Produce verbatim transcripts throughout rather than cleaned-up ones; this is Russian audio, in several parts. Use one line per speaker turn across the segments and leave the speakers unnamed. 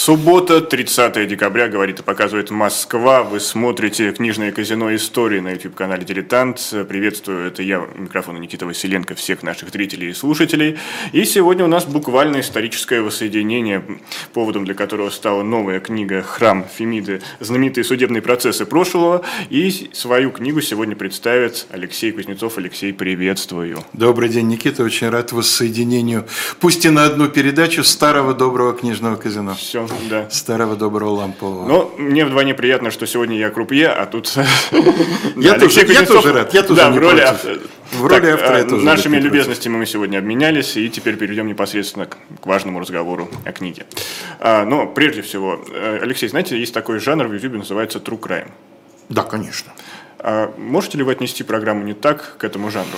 Суббота, тридцатое декабря, говорит и показывает Москва. Вы смотрите «Книжное казино. Истории» на YouTube-канале «Дилетант». Приветствую, это я, у микрофона Никита Василенко, всех наших зрителей и слушателей. И сегодня у нас буквально историческое воссоединение, поводом для которого стала новая книга «Храм Фемиды. Знаменитые судебные процессы прошлого». И свою книгу сегодня представит Алексей Кузнецов. Алексей, приветствую.
Добрый день, Никита. Очень рад воссоединению, пусть и на одну передачу, старого доброго книжного казино.
Все, да.
Старого доброго лампового.
Но мне вдвойне приятно, что сегодня я крупье, а тут...
Я тоже рад, я тоже не против.
В роли автора я тоже. Нашими любезностями мы сегодня обменялись, и теперь перейдем непосредственно к важному разговору о книге. Но прежде всего, Алексей, знаете, есть такой жанр в YouTube, называется True Crime.
Да, конечно.
Можете ли вы отнести программу «Не так» к этому жанру?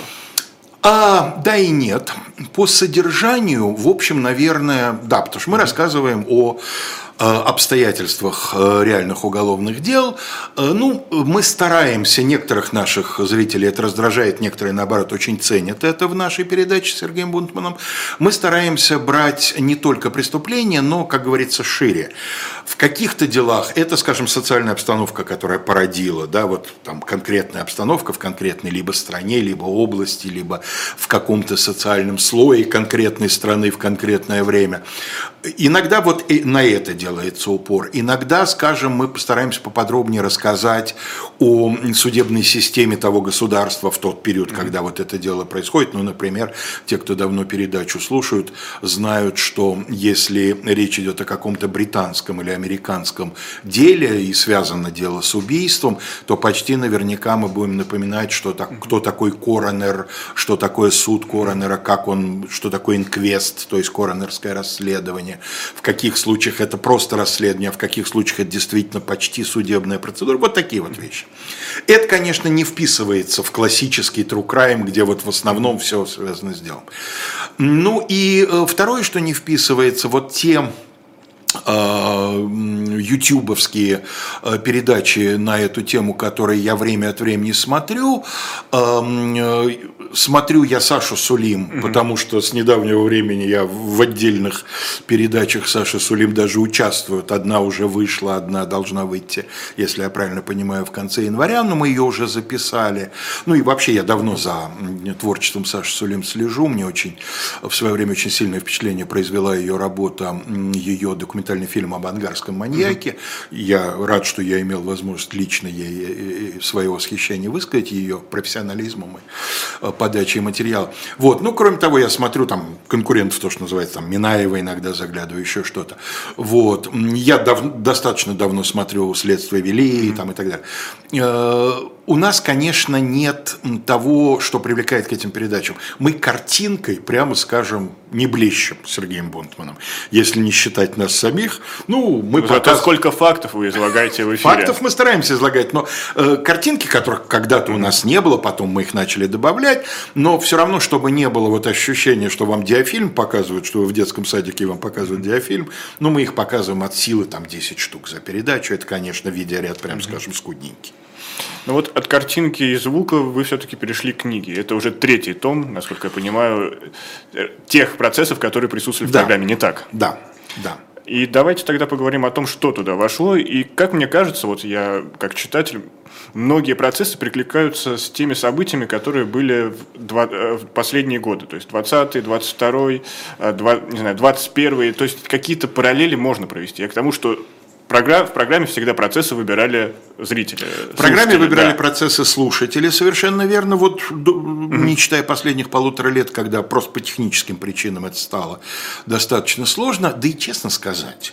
А, да и нет. По содержанию, в общем, наверное, да, потому что мы рассказываем о обстоятельствах реальных уголовных дел. Ну, мы стараемся, некоторых наших зрителей это раздражает, некоторые, наоборот, очень ценят это в нашей передаче с Сергеем Бунтманом. Мы стараемся брать не только преступления, но, как говорится, шире. В каких-то делах это, скажем, социальная обстановка, которая породила, да, вот там конкретная обстановка в конкретной либо стране, либо области, либо в каком-то социальном слое конкретной страны в конкретное время. Иногда вот и на это делается упор. Иногда, скажем, мы постараемся поподробнее рассказать о судебной системе того государства в тот период, когда вот это дело происходит. Ну, например, те, кто давно передачу слушают, знают, что если речь идет о каком-то британском или американском деле и связано дело с убийством, то почти наверняка мы будем напоминать, что так, кто такой коронер, что такое суд коронера, как он, что такое инквест, то есть коронерское расследование, в каких случаях это просто расследование, а в каких случаях это действительно почти судебная процедура. Вот такие вот вещи. Это, конечно, не вписывается в классический true crime, где вот в основном все связано с делом. Ну и второе, что не вписывается, вот те ютубовские передачи на эту тему, которые я время от времени смотрю. Смотрю я Сашу Сулим, mm-hmm. потому что с недавнего времени я в отдельных передачах Саши Сулим даже участвует. Одна уже вышла, одна должна выйти, если я правильно понимаю, в конце января, но мы ее уже записали. Ну и вообще я давно за творчеством Саши Сулим слежу. Мне очень в свое время очень сильное впечатление произвела ее работа, ее документальный фильм об ангарском маньяке. Mm-hmm. Я рад, что я имел возможность лично ей свое восхищение высказать, ее профессионализмом и подачей материала. Вот. Ну, кроме того, я смотрю там конкурентов, то, что называется, там, Минаева иногда заглядываю, еще что-то. Вот. Я дав- достаточно давно смотрю «Следствие вели» mm-hmm. там, и так далее. У нас, конечно, нет того, что привлекает к этим передачам. Мы картинкой, прямо скажем, не блещем с Сергеем Бунтманом. Если не считать нас самих, ну, мы
показ... Зато сколько фактов вы излагаете в эфире.
Фактов мы стараемся излагать, но э, картинки, которых когда-то у нас не было, потом мы их начали добавлять, но все равно, чтобы не было вот ощущения, что вам диафильм показывают, что вы в детском садике вам показывают диафильм, ну, мы их показываем от силы там десять штук за передачу. Это, конечно, видеоряд, прям скажем, скудненький.
Ну вот от картинки и звука вы все-таки перешли к книге. Это уже третий том, насколько я понимаю, тех процессов, которые присутствуют в да. программе, не так?
Да, да.
И давайте тогда поговорим о том, что туда вошло. И как мне кажется, вот я как читатель, многие процессы прикликаются с теми событиями, которые были в, два, в последние годы. То есть двадцатый, двадцать второй, не знаю, двадцать первый. То есть какие-то параллели можно провести. Я к тому, что в программе всегда процессы выбирали зрители.
В программе выбирали да. процессы слушатели, совершенно верно. Вот mm-hmm. не считая последних полутора лет, когда просто по техническим причинам это стало достаточно сложно, да и честно сказать,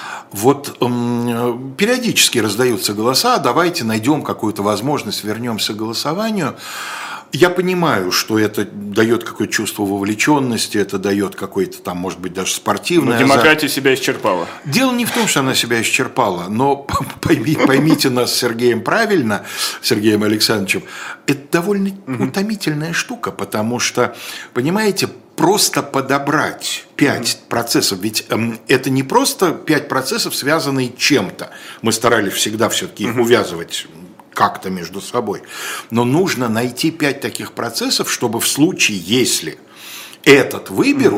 вот эм, периодически раздаются голоса, давайте найдем какую-то возможность, вернемся к голосованию. Я понимаю, что это дает какое-то чувство вовлеченности, это дает какое-то там, может быть, даже спортивное.
Но демократия себя исчерпала.
Дело не в том, что она себя исчерпала, но поймите, поймите нас с Сергеем правильно, Сергеем Александровичем, это довольно угу. утомительная штука, потому что, понимаете, просто подобрать пять mm-hmm. процессов, ведь эм, это не просто пять процессов, связанные чем-то. Мы старались всегда все-таки их mm-hmm. увязывать как-то между собой. Но нужно найти пять таких процессов, чтобы в случае, если этот выберут, mm-hmm.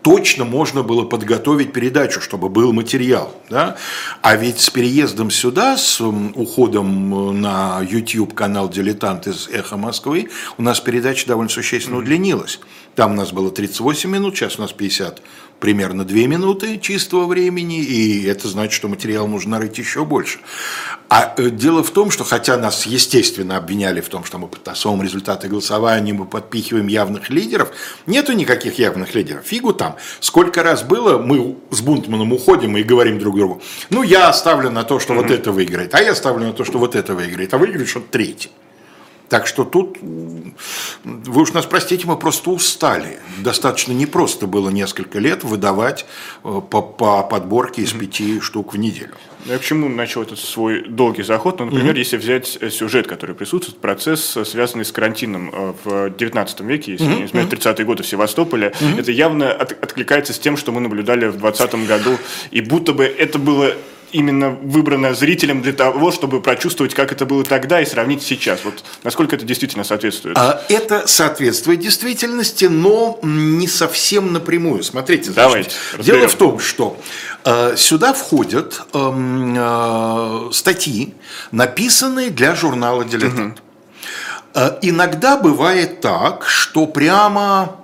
точно можно было подготовить передачу, чтобы был материал. Да? А ведь с переездом сюда, с уходом на YouTube-канал «Дилетант» из «Эхо Москвы», у нас передача довольно существенно удлинилась. Там у нас было тридцать восемь минут, сейчас у нас пятьдесят, примерно две минуты чистого времени, и это значит, что материал нужно нарыть еще больше. А дело в том, что хотя нас, естественно, обвиняли в том, что мы подтасовываем результаты голосования, мы подпихиваем явных лидеров, нету никаких явных лидеров, фигу там. Сколько раз было, мы с Бунтманом уходим и говорим друг другу, ну, я ставлю на то, что mm-hmm. вот это выиграет, а я ставлю на то, что вот это выиграет, а выиграет что-то третье. Так что тут, вы уж нас простите, мы просто устали. Достаточно непросто было несколько лет выдавать по, по подборке из пяти штук в неделю.
Я к чему начал этот свой долгий заход? Ну, например, mm-hmm. если взять сюжет, который присутствует, процесс, связанный с карантином в девятнадцатом веке, если mm-hmm. не изменяю, тридцатые годы в Севастополе, mm-hmm. это явно от, откликается с тем, что мы наблюдали в двадцатом году, и будто бы это было именно выбрано зрителям для того, чтобы прочувствовать, как это было тогда, и сравнить сейчас. Вот насколько это действительно соответствует?
Это соответствует действительности, но не совсем напрямую. Смотрите,
Давайте,
дело в том, что э, сюда входят э, э, статьи, написанные для журнала «Дилетант». Угу. Э, иногда бывает так, что прямо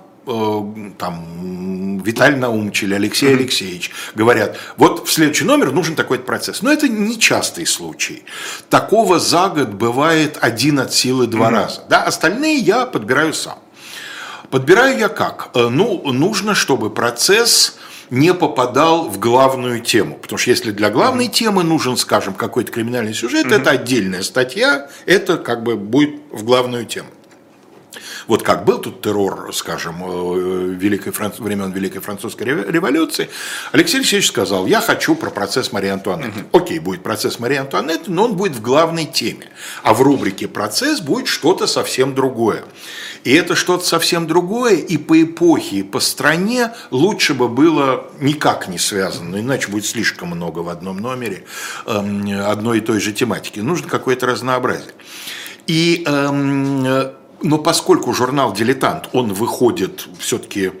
там Виталий Наумович или Алексей mm-hmm. Алексеевич говорят, вот в следующий номер нужен такой-то процесс. Но это не частый случай. Такого за год бывает один от силы два mm-hmm. раза. Да? Остальные я подбираю сам. Подбираю я как? Ну, нужно, чтобы процесс не попадал в главную тему. Потому что если для главной mm-hmm. темы нужен, скажем, какой-то криминальный сюжет, mm-hmm. это отдельная статья, это как бы будет в главную тему. Вот как был тут террор, скажем, Великой Фран... времен Великой Французской революции, Алексей Алексеевич сказал, я хочу про процесс Марии Антуанетты. Угу. Окей, будет процесс Марии Антуанетты, но он будет в главной теме. А в рубрике «Процесс» будет что-то совсем другое. И это что-то совсем другое, и по эпохе, и по стране лучше бы было никак не связано, иначе будет слишком много в одном номере одной и той же тематики. Нужно какое-то разнообразие. И... Эм, Но поскольку журнал «Дилетант», он выходит все-таки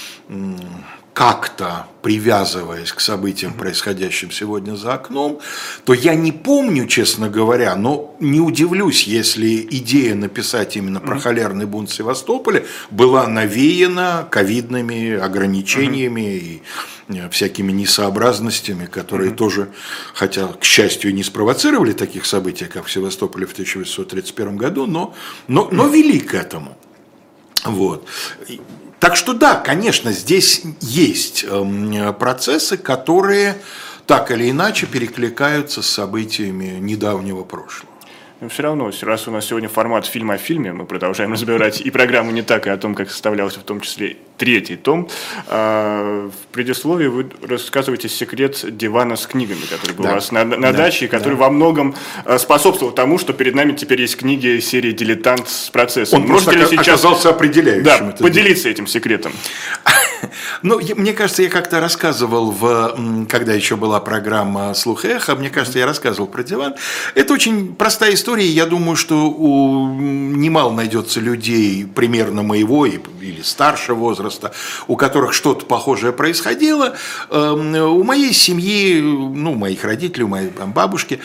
как-то привязываясь к событиям, происходящим сегодня за окном, то я не помню, честно говоря, но не удивлюсь, если идея написать именно про холерный бунт в Севастополе была навеяна ковидными ограничениями и всякими несообразностями, которые mm-hmm. тоже, хотя, к счастью, не спровоцировали таких событий, как в Севастополе в тысяча восемьсот тридцать первом году, но, но, но вели к этому. Вот. Так что да, конечно, здесь есть процессы, которые так или иначе перекликаются с событиями недавнего прошлого.
Но все равно, раз у нас сегодня формат фильма о фильме, мы продолжаем разбирать и программу «Не так», и о том, как составлялся в том числе третий том. В предисловии вы рассказываете секрет дивана с книгами, который был да. у вас на, на да. даче, и который да. во многом способствовал тому, что перед нами теперь есть книги серии «Дилетант» с процессом.
Он Можете просто ли сейчас оказался определяющим.
Да, поделиться этим секретом.
Ну, мне кажется, я как-то рассказывал, в, когда еще была программа «Слух и эхо», мне кажется, я рассказывал про диван. Это очень простая история, я думаю, что у, немало найдется людей примерно моего или старшего возраста, у которых что-то похожее происходило. У моей семьи, ну, у моих родителей, у моей там, бабушки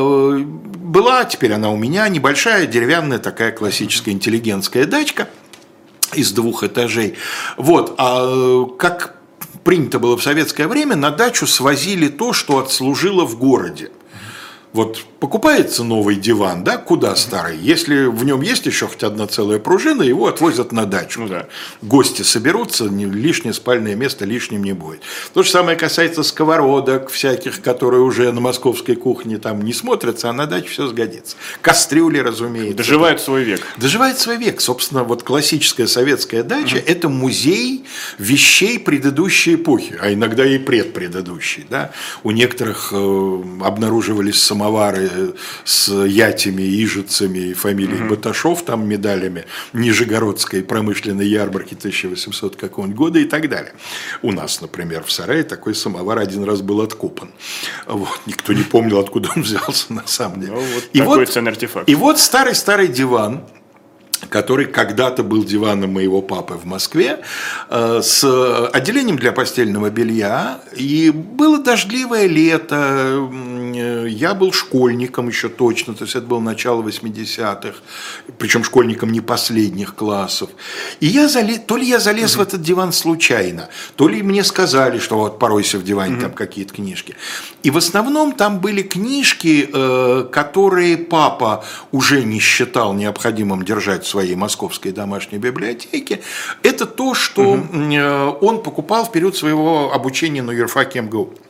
была, теперь она у меня, небольшая деревянная такая классическая интеллигентская дачка из двух этажей. Вот, а как принято было в советское время, на дачу свозили то, что отслужило в городе. Вот покупается новый диван, да, куда старый? Если в нем есть еще хоть одна целая пружина, его отвозят на дачу. Ну, да. Гости соберутся, лишнее спальное место лишним не будет. То же самое касается сковородок всяких, которые уже на московской кухне там не смотрятся, а на даче все сгодится. Кастрюли, разумеется.
Доживает свой век.
Доживает свой век. Собственно, вот классическая советская дача угу. – это музей вещей предыдущей эпохи, а иногда и предпредыдущей. Да? У некоторых э, обнаруживались самовары с ятями, ижицами, фамилией угу. Баташов, там медалями Нижегородской промышленной ярмарки тысяча восемьсотого какого-нибудь года и так далее. У нас, например, в сарае такой самовар один раз был откопан. Вот. Никто не помнил, откуда он взялся на самом деле.
Ну, вот
и,
такой
вот,
ценный артефакт.
И вот старый-старый диван который когда-то был диваном моего папы в Москве, с отделением для постельного белья. И было дождливое лето, я был школьником еще точно, то есть это было начало восьмидесятых, причем школьником не последних классов. И я залез, то ли я залез mm-hmm. в этот диван случайно, то ли мне сказали, что вот поройся в диване, mm-hmm. там какие-то книжки. И в основном там были книжки, которые папа уже не считал необходимым держать в своей московской домашней библиотеке. Это то, что mm-hmm. он покупал в период своего обучения на юрфаке эм гэ у.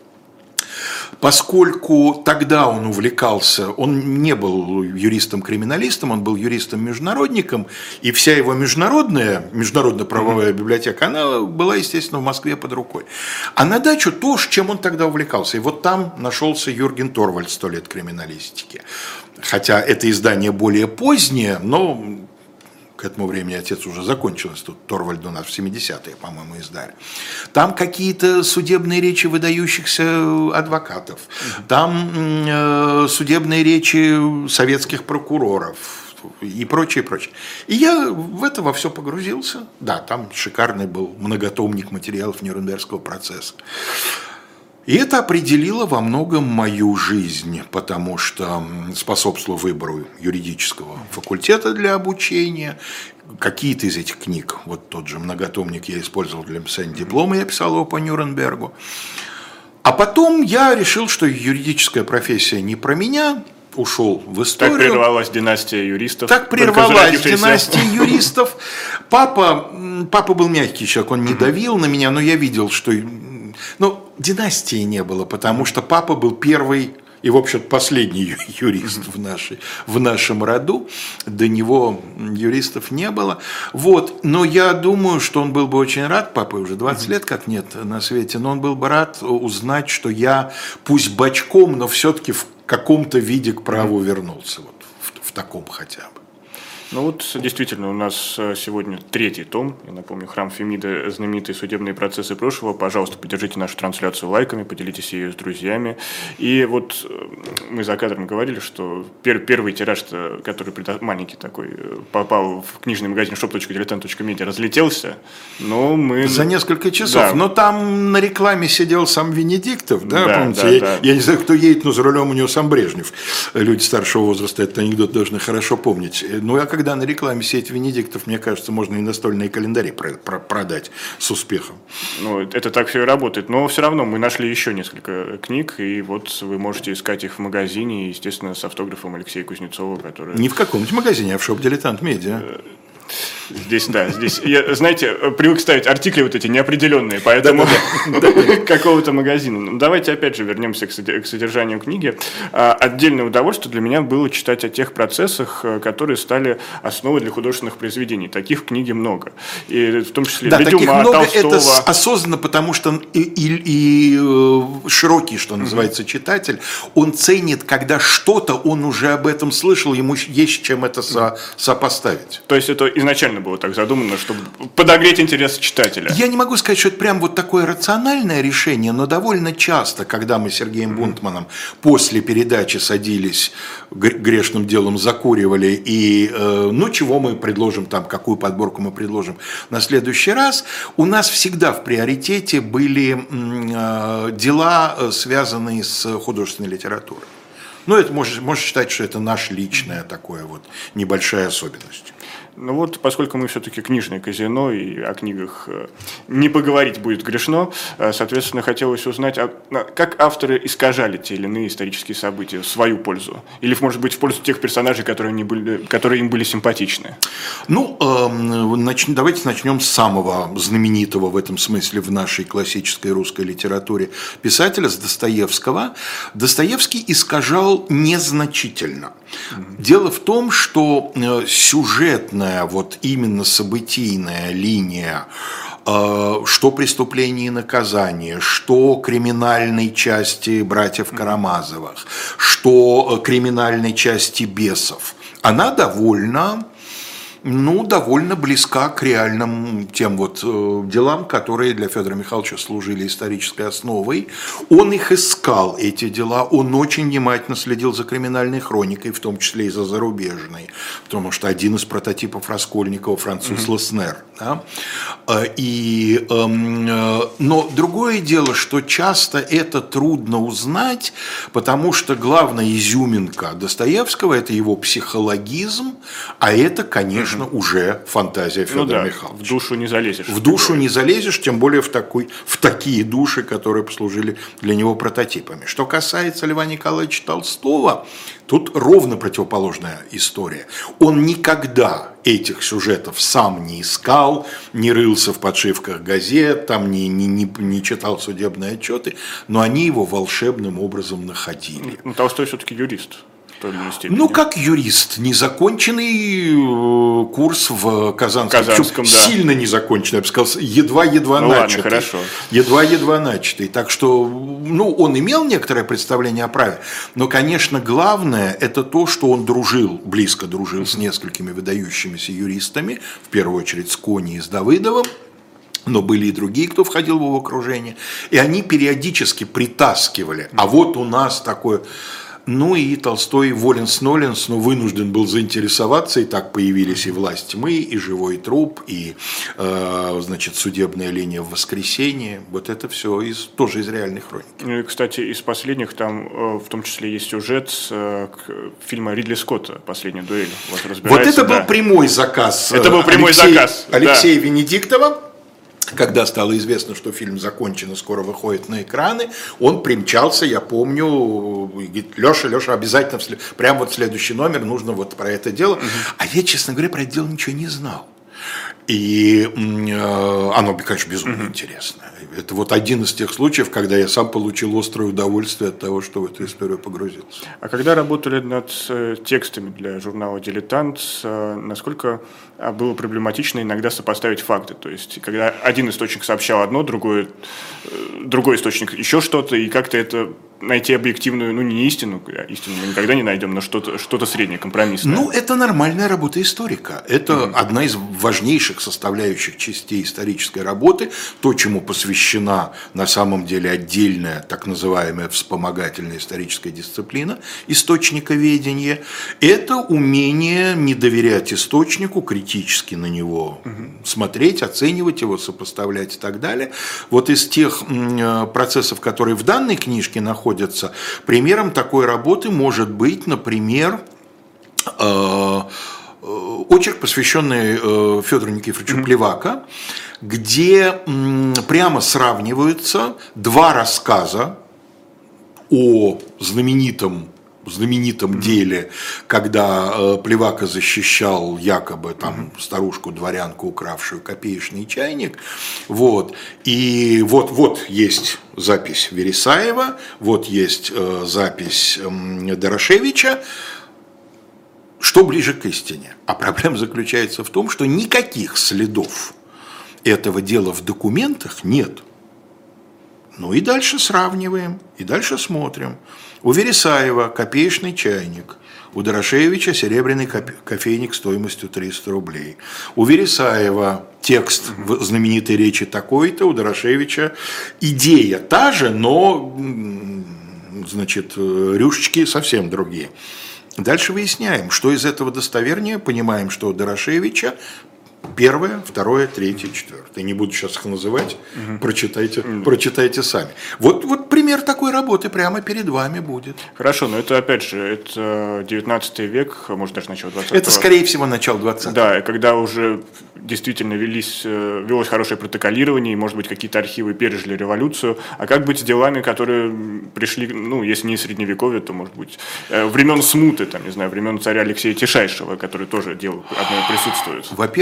Поскольку тогда он увлекался, он не был юристом-криминалистом, он был юристом-международником, и вся его международная, международно-правовая библиотека, она была, естественно, в Москве под рукой. А на дачу то, чем он тогда увлекался. И вот там нашелся Юрген Торвальд «Сто лет криминалистики». Хотя это издание более позднее, но к этому времени отец уже закончилось, тут Торвальд у нас в семидесятые, по-моему, издали. Там какие-то судебные речи выдающихся адвокатов, там э, судебные речи советских прокуроров и прочее, прочее. И я в это во все погрузился. Да, там шикарный был многотомник материалов Нюрнбергского процесса. И это определило во многом мою жизнь, потому что способствовало выбору юридического факультета для обучения. Какие-то из этих книг, вот тот же многотомник я использовал для написания диплома, я писал его по Нюрнбергу. А потом я решил, что юридическая профессия не про меня, ушел в историю.
Так прервалась династия юристов.
Так прервалась династия юристов. Папа, папа был мягкий человек, он не давил на меня, но я видел, что... Ну, династии не было, потому что папа был первый и, в общем-то, последний юрист в, нашей, в нашем роду. До него юристов не было. Вот. Но я думаю, что он был бы очень рад, папа уже двадцать лет как нет на свете, но он был бы рад узнать, что я, пусть бочком, но все-таки в каком-то виде к праву вернулся. Вот, в, в таком хотя бы.
Ну вот, действительно, у нас сегодня третий том. Я напомню, «Храм Фемиды. Знаменитые судебные процессы прошлого». Пожалуйста, поддержите нашу трансляцию лайками, поделитесь ее с друзьями. И вот мы за кадром говорили, что пер- первый тираж, который маленький такой, попал в книжный магазин шоп точка дилетант точка медиа, разлетелся. Но мы...
За несколько часов.
Да.
Но там на рекламе сидел сам Венедиктов, да,
да
помните?
Да,
я,
да.
я не знаю, кто едет, но за рулем у него сам Брежнев. Люди старшего возраста этот анекдот должны хорошо помнить. Ну, я когда на рекламе сеть Венедиктов, мне кажется, можно и настольные календари продать с успехом.
Ну, это так все и работает. Но все равно мы нашли еще несколько книг, и вот вы можете искать их в магазине, естественно, с автографом Алексея Кузнецова, который...
Не в каком-нибудь магазине, а в шоп «Дилетант Медиа».
Здесь, да, здесь, я, знаете, привык ставить артикли вот эти неопределенные, поэтому какого-то магазина. Давайте опять же вернемся к содержанию книги. Отдельное удовольствие для меня было читать о тех процессах, которые стали основой для художественных произведений. Таких в книге много. И в том числе
да,
для
таких
Дюма,
много,
Толстого.
Это осознанно, потому что и, и, и широкий, что называется, mm-hmm. читатель, он ценит, когда что-то он уже об этом слышал, ему есть чем это со, сопоставить.
То есть это изначально было так задумано, чтобы подогреть интерес читателя.
Я не могу сказать, что это прям вот такое рациональное решение, но довольно часто, когда мы с Сергеем mm-hmm. Бунтманом после передачи садились, грешным делом закуривали, и э, ну чего мы предложим там, какую подборку мы предложим на следующий раз, у нас всегда в приоритете были э, дела, связанные с художественной литературой. Ну, это можно, можно считать, что это наша личная такая вот небольшая особенность.
Ну вот, поскольку мы все-таки книжное казино, и о книгах не поговорить будет грешно, соответственно, хотелось узнать, а как авторы искажали те или иные исторические события в свою пользу? Или, может быть, в пользу тех персонажей, которые, не были, которые им были симпатичны? Ну,
э, нач... давайте начнем с самого знаменитого в этом смысле в нашей классической русской литературе писателя, с Достоевского. Достоевский искажал незначительно. Mm-hmm. Дело в том, что сюжетная, вот именно событийная линия, что преступление и наказание, что криминальной части братьев Карамазовых, что криминальной части бесов, она довольно ну, довольно близка к реальным тем вот э, делам, которые для Федора Михайловича служили исторической основой. Он их искал, эти дела, он очень внимательно следил за криминальной хроникой, в том числе и за зарубежной, потому что один из прототипов Раскольникова француз mm-hmm. Леснер. Да? И, э, э, но другое дело, что часто это трудно узнать, потому что главная изюминка Достоевского – это его психологизм, а это, конечно, угу. уже фантазия Федора ну да, Михайловича.
В душу не залезешь.
В душу не залезешь, тем более в, такой, в такие души, которые послужили для него прототипами. Что касается Льва Николаевича Толстого, тут ровно противоположная история. Он никогда этих сюжетов сам не искал, не рылся в подшивках газет, там не, не, не, не читал судебные отчеты, но они его волшебным образом находили.
Ну, Толстой все-таки юрист.
Ну, как юрист, незаконченный курс в Казанском,
Казанском да.
сильно незаконченный, я бы сказал, едва-едва
ну,
начатый.
Ладно, хорошо.
Едва-едва начатый. Так что, ну, он имел некоторое представление о праве, но, конечно, главное, это то, что он дружил, близко дружил с несколькими выдающимися юристами, в первую очередь с Кони и с Давыдовым, но были и другие, кто входил в его окружение, и они периодически притаскивали, а вот у нас такое... Ну и Толстой воленс-ноленс, но вынужден был заинтересоваться, и так появились и «Власть тьмы», и «Живой труп», и э, значит, «Судебная линия в воскресенье». Вот это все из, тоже из реальной хроники.
Ну и, кстати, из последних там в том числе есть сюжет с фильма Ридли Скотта «Последняя дуэль».
Вот, вот это да. был прямой заказ.
Это был прямой
Алексей,
заказ.
Алексея
да.
Венедиктова. Когда стало известно, что фильм закончен и скоро выходит на экраны, он примчался, я помню, говорит: Леша, Леша, обязательно, вслед... прямо вот следующий номер, нужно вот про это дело. Угу. А я, честно говоря, про это дело ничего не знал. И э, оно, конечно, безумно угу. интересно. Это вот один из тех случаев, когда я сам получил острое удовольствие от того, что в эту историю погрузился.
А когда работали над текстами для журнала «Дилетант», насколько было проблематично иногда сопоставить факты? То есть, когда один источник сообщал одно, другой, другой источник еще что-то, и как-то это... найти объективную, ну не истину, истину мы никогда не найдем, но что-то, что-то среднее, компромиссное.
Ну, это нормальная работа историка. Это mm-hmm. одна из важнейших составляющих частей исторической работы, то, чему посвящена на самом деле отдельная так называемая вспомогательная историческая дисциплина источниковедение. Это умение не доверять источнику, критически на него mm-hmm. смотреть, оценивать его, сопоставлять и так далее. Вот из тех процессов, которые в данной книжке находятся, примером такой работы может быть, например, очерк, посвященный Федору Никифоровичу mm-hmm. Плевака, где прямо сравниваются два рассказа о знаменитом знаменитом mm-hmm. деле, когда э, Плевака защищал якобы там mm-hmm. старушку-дворянку, укравшую копеечный чайник. Вот. И вот, вот есть запись Вересаева, вот есть э, запись э, Дорошевича. Что ближе к истине? А проблема заключается в том, что никаких следов этого дела в документах нет. Ну и дальше сравниваем, и дальше смотрим. У Вересаева копеечный чайник, у Дорошевича серебряный кофейник стоимостью триста рублей. У Вересаева текст в знаменитой речи такой-то, у Дорошевича идея та же, но, значит, рюшечки совсем другие. Дальше выясняем, что из этого достовернее, понимаем, что у Дорошевича первое, второе, третье, четвертое. Не буду сейчас их называть, угу. прочитайте, угу. прочитайте сами. Вот, вот пример такой работы прямо перед вами будет.
Хорошо, но это опять же, это девятнадцатый век, может даже начало двадцатого.
Это скорее всего начало двадцатого.
Да, когда уже действительно велись, велось хорошее протоколирование, и, может быть, какие-то архивы пережили революцию. А как быть с делами, которые пришли, ну, если не из Средневековья, то, может быть, времен смуты, там, не знаю, времен царя Алексея Тишайшего, который тоже дело одно присутствует?
Во-первых,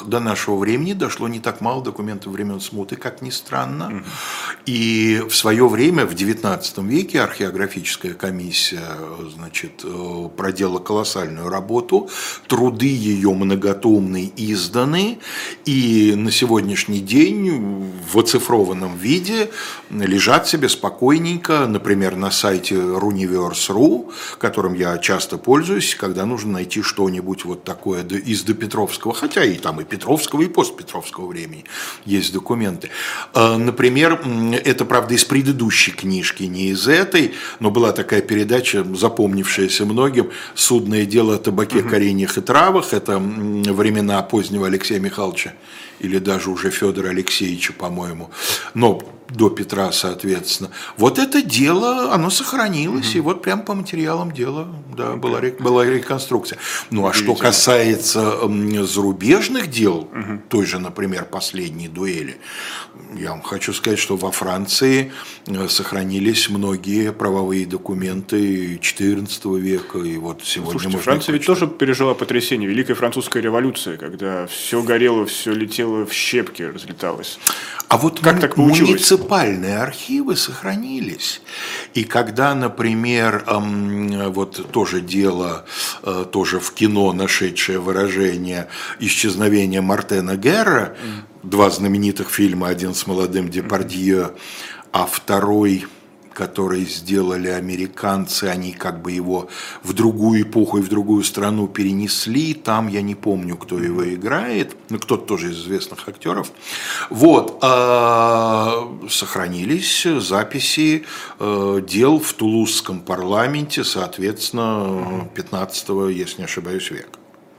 до нашего времени дошло не так мало документов времен смуты, как ни странно. Mm-hmm. И в свое время, в девятнадцатом веке, археографическая комиссия, значит, проделала колоссальную работу. Труды ее многотомные изданы. И на сегодняшний день в оцифрованном виде лежат себе спокойненько, например, на сайте Runiverse точка ру, которым я часто пользуюсь, когда нужно найти что-нибудь вот такое из допетровского, хотя и там и Петровского, и постпетровского времени есть документы. Например, это, правда, из предыдущей книжки, не из этой, но была такая передача, запомнившаяся многим, «Судное дело о табаке, кореньях и травах». Это времена позднего Алексея Михайловича или даже уже Федора Алексеевича, по-моему, но до Петра, соответственно. Вот это дело, оно сохранилось, mm-hmm. и вот прям по материалам дела, да, была, была реконструкция. Ну, а что касается зарубежных дел, mm-hmm. той же, например, последней дуэли, я вам хочу сказать, что во Франции сохранились многие правовые документы четырнадцатого века, и вот сегодня...
Слушайте, Франция ведь тоже пережила потрясение, Великая Французская революция, когда все горело, все летело в щепки, разлеталось.
А вот
как так получилось?
Муниципальные архивы сохранились. И когда, например, вот тоже дело, тоже в кино нашедшее выражение исчезновения Мартена Герра, mm. два знаменитых фильма, один с молодым Депардье, а второй, который сделали американцы, они как бы его в другую эпоху и в другую страну перенесли. Там я не помню, кто его играет, ну кто-то тоже из известных актеров. Вот, сохранились записи дел в Тулузском парламенте, соответственно, пятнадцатого, если не ошибаюсь, века.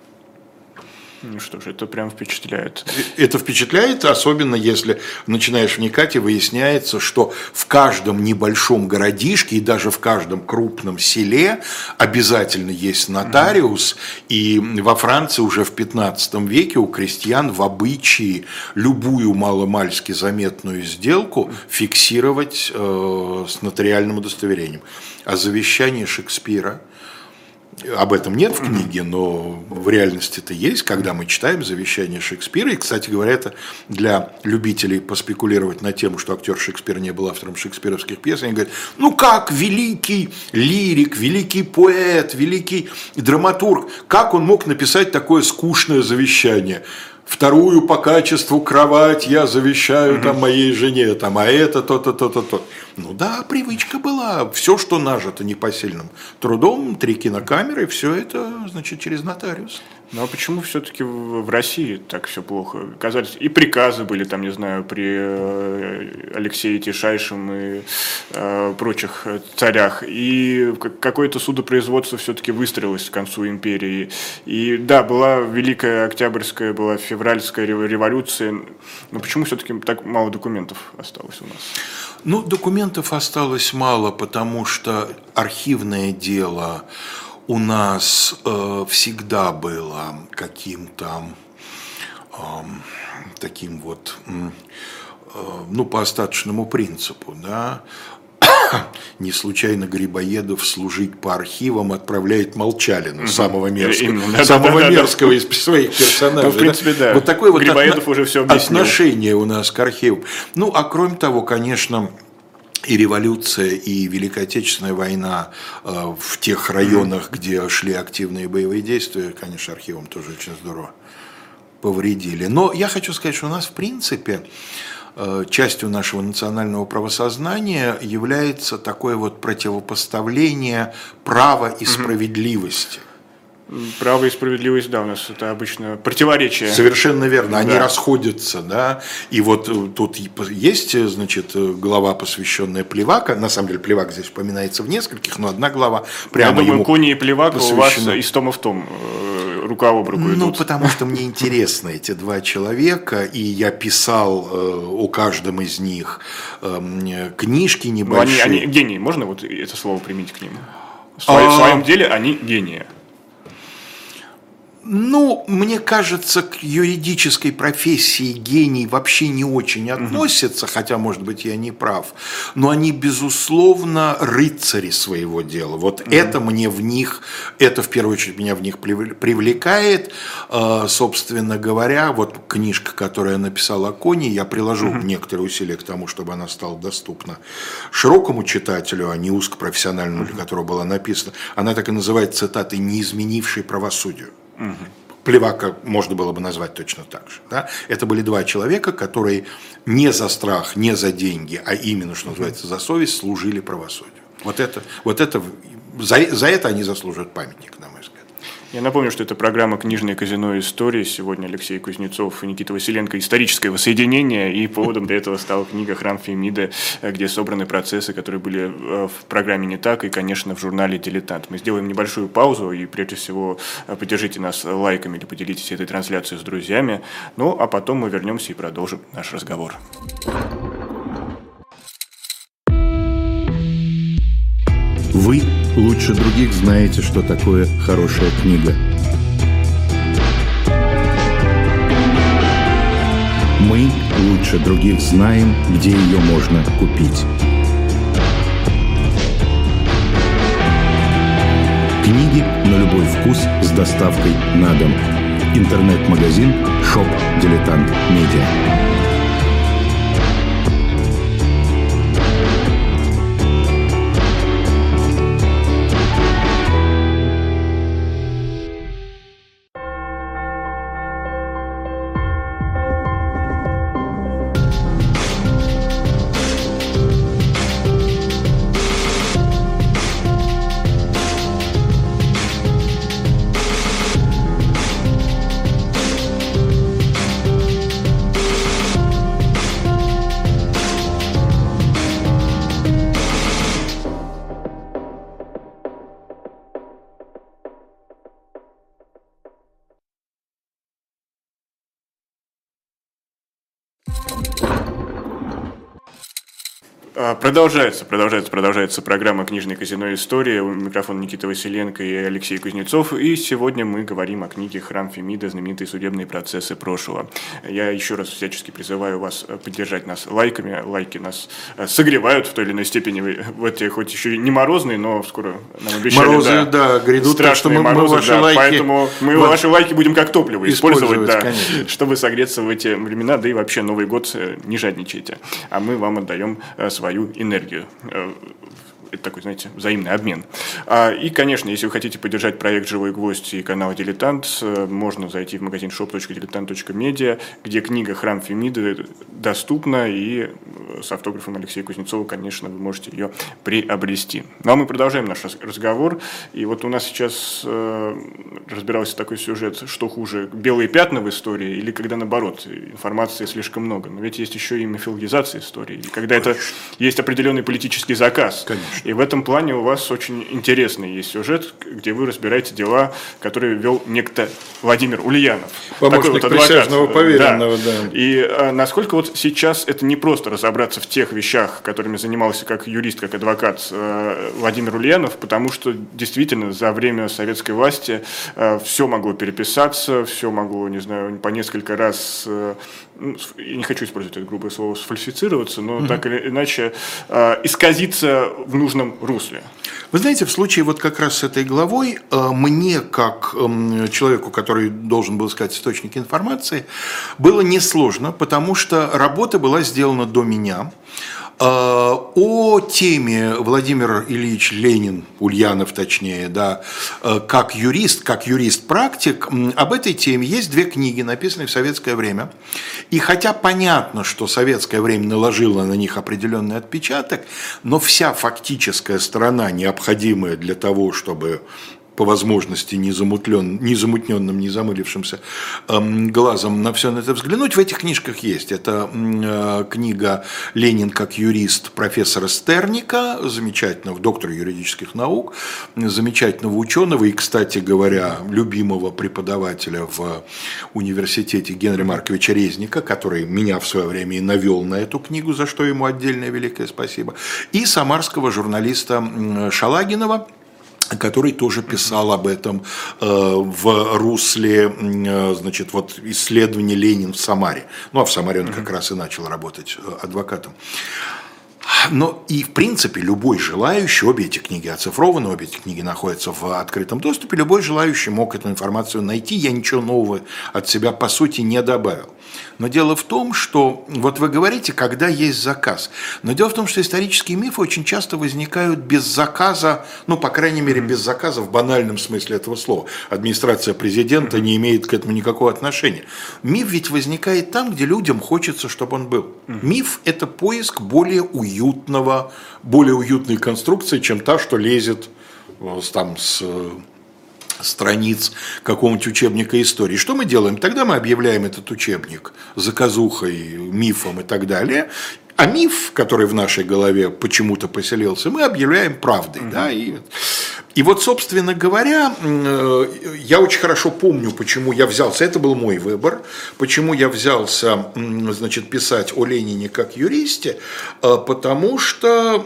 Ну что ж, это прям впечатляет.
Это впечатляет, особенно если начинаешь вникать и выясняется, что в каждом небольшом городишке и даже в каждом крупном селе обязательно есть нотариус. Mm-hmm. И во Франции уже в пятнадцатом веке у крестьян в обычае любую маломальски заметную сделку фиксировать э, с нотариальным удостоверением. А завещание Шекспира, об этом нет в книге, но в реальности это есть, когда мы читаем завещание Шекспира. И, кстати говоря, это для любителей поспекулировать на тему, что актер Шекспир не был автором шекспировских пьес. Они говорят, ну как великий лирик, великий поэт, великий драматург, как он мог написать такое скучное завещание? Вторую по качеству кровать я завещаю mm-hmm. там моей жене, там, а это то-то, то-то, то. Ну да, привычка была. Все, что нажито непосильным трудом, три кинокамеры, все это, значит, через нотариус.
Ну а почему все-таки в России так все плохо? Казались, и приказы были там, не знаю, при Алексее Тишайшем и э, прочих царях, и какое-то судопроизводство все-таки выстроилось к концу империи. И да, была Великая Октябрьская, была Февральская революция, но почему все-таки так мало документов осталось у нас?
Ну, документов осталось мало, потому что архивное дело у нас э, всегда было каким-то э, таким вот, э, ну, по остаточному принципу, да. Не случайно Грибоедов служить по архивам отправляет Молчалина, самого мерзкого, Именно, самого да, да, мерзкого да, из своих персонажей. Ну,
в принципе, да.
Вот такое вот
Грибоедов уже все объяснил.
Отношение у нас к архивам. Ну, а кроме того, конечно, и революция, и Великая Отечественная война э, в тех районах, где шли активные боевые действия, конечно, архивам тоже очень здорово повредили. Но я хочу сказать, что у нас, в принципе, э, частью нашего национального правосознания является такое вот противопоставление права и справедливости.
Право и справедливость, да, у нас это обычно противоречие.
Совершенно верно, они
да.
расходятся, да, и вот тут есть, значит, глава, посвященная Плевака, на самом деле Плевак здесь упоминается в нескольких, но одна глава прямо
Я думаю,
ему
Кони и Плевак
посвящена.
У вас из тома в том, рука об руку идут.
Ну, потому что мне интересны эти два человека, и я писал о каждом из них книжки небольшие.
Ну, они, они гении, можно вот это слово применить к ним? В своем, а... в своем деле они гении.
Ну, мне кажется, к юридической профессии гений вообще не очень относятся, угу. хотя, может быть, я не прав, но они, безусловно, рыцари своего дела. Вот угу. это мне в них, это в первую очередь меня в них привлекает. Собственно говоря, вот книжка, которую я написал о Коне, я приложу угу. некоторые усилия к тому, чтобы она стала доступна широкому читателю, а не узкопрофессиональному, угу. для которого была написана. Она так и называется цитатой «не изменившей правосудию». Угу. Плевака можно было бы назвать точно так же. Да? Это были два человека, которые не за страх, не за деньги, а именно, что называется, за совесть служили правосудию. Вот это, вот это, за, за это они заслуживают памятник, на мой взгляд.
Я напомню, что это программа «Книжное казино. Истории». Сегодня Алексей Кузнецов и Никита Василенко. Историческое воссоединение. И поводом для этого стала книга «Храм Фемиды», где собраны процессы, которые были в программе «Не так» и, конечно, в журнале «Дилетант». Мы сделаем небольшую паузу. И, прежде всего, поддержите нас лайками или поделитесь этой трансляцией с друзьями. Ну, а потом мы вернемся и продолжим наш разговор.
Вы лучше других знаете, что такое хорошая книга. Мы лучше других знаем, где ее можно купить. Книги на любой вкус с доставкой на дом. Интернет-магазин «Шоп Дилетант Медиа».
Продолжается, продолжается, продолжается программа «Книжное казино. Истории». У микрофона Никита Василенко и Алексей Кузнецов. И сегодня мы говорим о книге «Храм Фемиды. Знаменитые судебные процессы прошлого». Я еще раз всячески призываю вас поддержать нас лайками. Лайки нас согревают в той или иной степени. Вот хоть еще и не морозные, но скоро нам обещали.
Морозы, да, да грядут, так что мы, морозы, мы ваши да, лайки...
Поэтому мы вот ваши лайки будем как топливо использовать, использовать да, чтобы согреться в эти времена. Да и вообще Новый год не жадничайте. А мы вам отдаем свою энергию. Это такой, знаете, взаимный обмен. И, конечно, если вы хотите поддержать проект «Живой гвоздь» и канал «Дилетант», можно зайти в магазин шоп точка дилетант точка медиа, где книга «Храм Фемиды» доступна, и с автографом Алексея Кузнецова, конечно, вы можете ее приобрести. Ну, а мы продолжаем наш разговор. И вот у нас сейчас разбирался такой сюжет, что хуже, белые пятна в истории или когда, наоборот, информации слишком много. Но ведь есть еще и мифологизация истории. И когда это есть определенный политический заказ.
Конечно.
И в этом плане у вас очень интересный есть сюжет, где вы разбираете дела, которые вел некто Владимир Ульянов.
Помощник вот присяжного поверенного, да.
да. И а, насколько вот сейчас это не просто разобраться в тех вещах, которыми занимался как юрист, как адвокат э, Владимир Ульянов, потому что действительно за время советской власти э, все могло переписаться, все могло, не знаю, по несколько раз, э, ну, я не хочу использовать это грубое слово, сфальсифицироваться, но mm-hmm. так или иначе э, исказиться в нужном русле.
Вы знаете, в случае вот как раз с этой главой, мне, как человеку, который должен был искать источники информации, было несложно, потому что работа была сделана до меня. О теме Владимир Ильич Ленин, Ульянов точнее, да, как юрист, как юрист-практик, об этой теме есть две книги, написанные в советское время. И хотя понятно, что советское время наложило на них определенный отпечаток, но вся фактическая сторона, необходимая для того, чтобы по возможности незамутлен, незамутненным, не замылившимся э, глазом на все на это взглянуть, в этих книжках есть. Это э, книга «Ленин как юрист» профессора Стерника, замечательного доктора юридических наук, замечательного ученого и, кстати говоря, любимого преподавателя в университете Генри Марковича Резника, который меня в свое время и навел на эту книгу, за что ему отдельное великое спасибо, и самарского журналиста Шалагинова, который тоже писал об этом э, в русле э, значит, вот, исследования «Ленин в Самаре». Ну, а в Самаре он как раз и начал работать адвокатом. Но и, в принципе, любой желающий, обе эти книги оцифрованы, обе эти книги находятся в открытом доступе, любой желающий мог эту информацию найти, я ничего нового от себя, по сути, не добавил. Но дело в том, что, вот вы говорите, когда есть заказ, но дело в том, что исторические мифы очень часто возникают без заказа, ну, по крайней мере, без заказа в банальном смысле этого слова. Администрация президента не имеет к этому никакого отношения. Миф ведь возникает там, где людям хочется, чтобы он был. Миф – это поиск более уютного, более уютной конструкции, чем та, что лезет там с страниц какого-нибудь учебника истории. Что мы делаем? Тогда мы объявляем этот учебник заказухой, мифом и так далее. А миф, который в нашей голове почему-то поселился, мы объявляем правдой. Mm-hmm. Да? И, и вот, собственно говоря, я очень хорошо помню, почему я взялся, это был мой выбор, почему я взялся, значит, писать о Ленине как юристе, потому что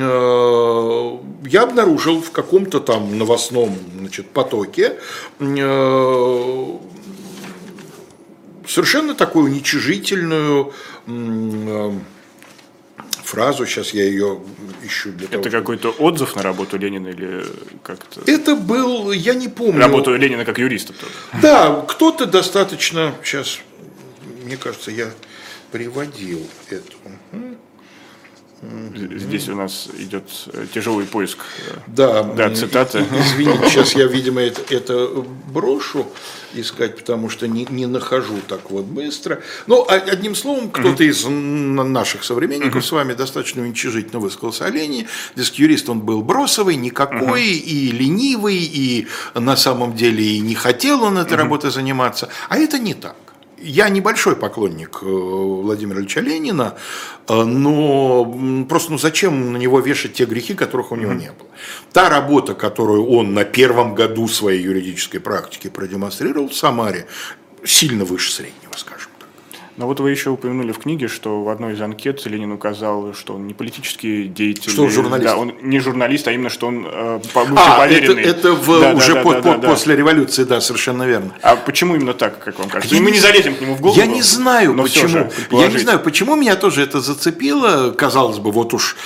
я обнаружил в каком-то там новостном, значит, потоке совершенно такую уничижительную фразу, сейчас я ее ищу для того.
Это какой-то отзыв на работу Ленина или как-то?
Это был, я не помню.
Работу Ленина как юриста.
Да, кто-то достаточно, сейчас, мне кажется, я приводил это.
Здесь у нас идет тяжелый поиск.
Да,
да, цитаты.
Извините, сейчас я, видимо, это, это брошу искать, потому что не, не нахожу так вот быстро. Но одним словом, кто-то mm-hmm. из наших современников mm-hmm. с вами достаточно уничижительно высказался о Ленине. Дескать, юрист он был бросовый, никакой, mm-hmm. и ленивый, и на самом деле и не хотел он этой mm-hmm. работой заниматься. А это не так. Я небольшой поклонник Владимира Ильича Ленина, но просто ну зачем на него вешать те грехи, которых у него mm-hmm. не было. Та работа, которую он на первом году своей юридической практики продемонстрировал в Самаре, сильно выше среднего, скажем.
Но вот вы еще упомянули в книге, что в одной из анкет Ленин указал, что он не политический деятель.
Что он журналист?
Да, он не журналист, а именно, что он э, бывший а, поверенный.
Это, это в, да, уже да, по, да, по, да, после да. революции, да, совершенно верно.
А почему именно так, как вам кажется? Я Мы не залезем к нему в голову.
Я не знаю, почему. Я не знаю, почему меня тоже это зацепило. Казалось бы, вот уж,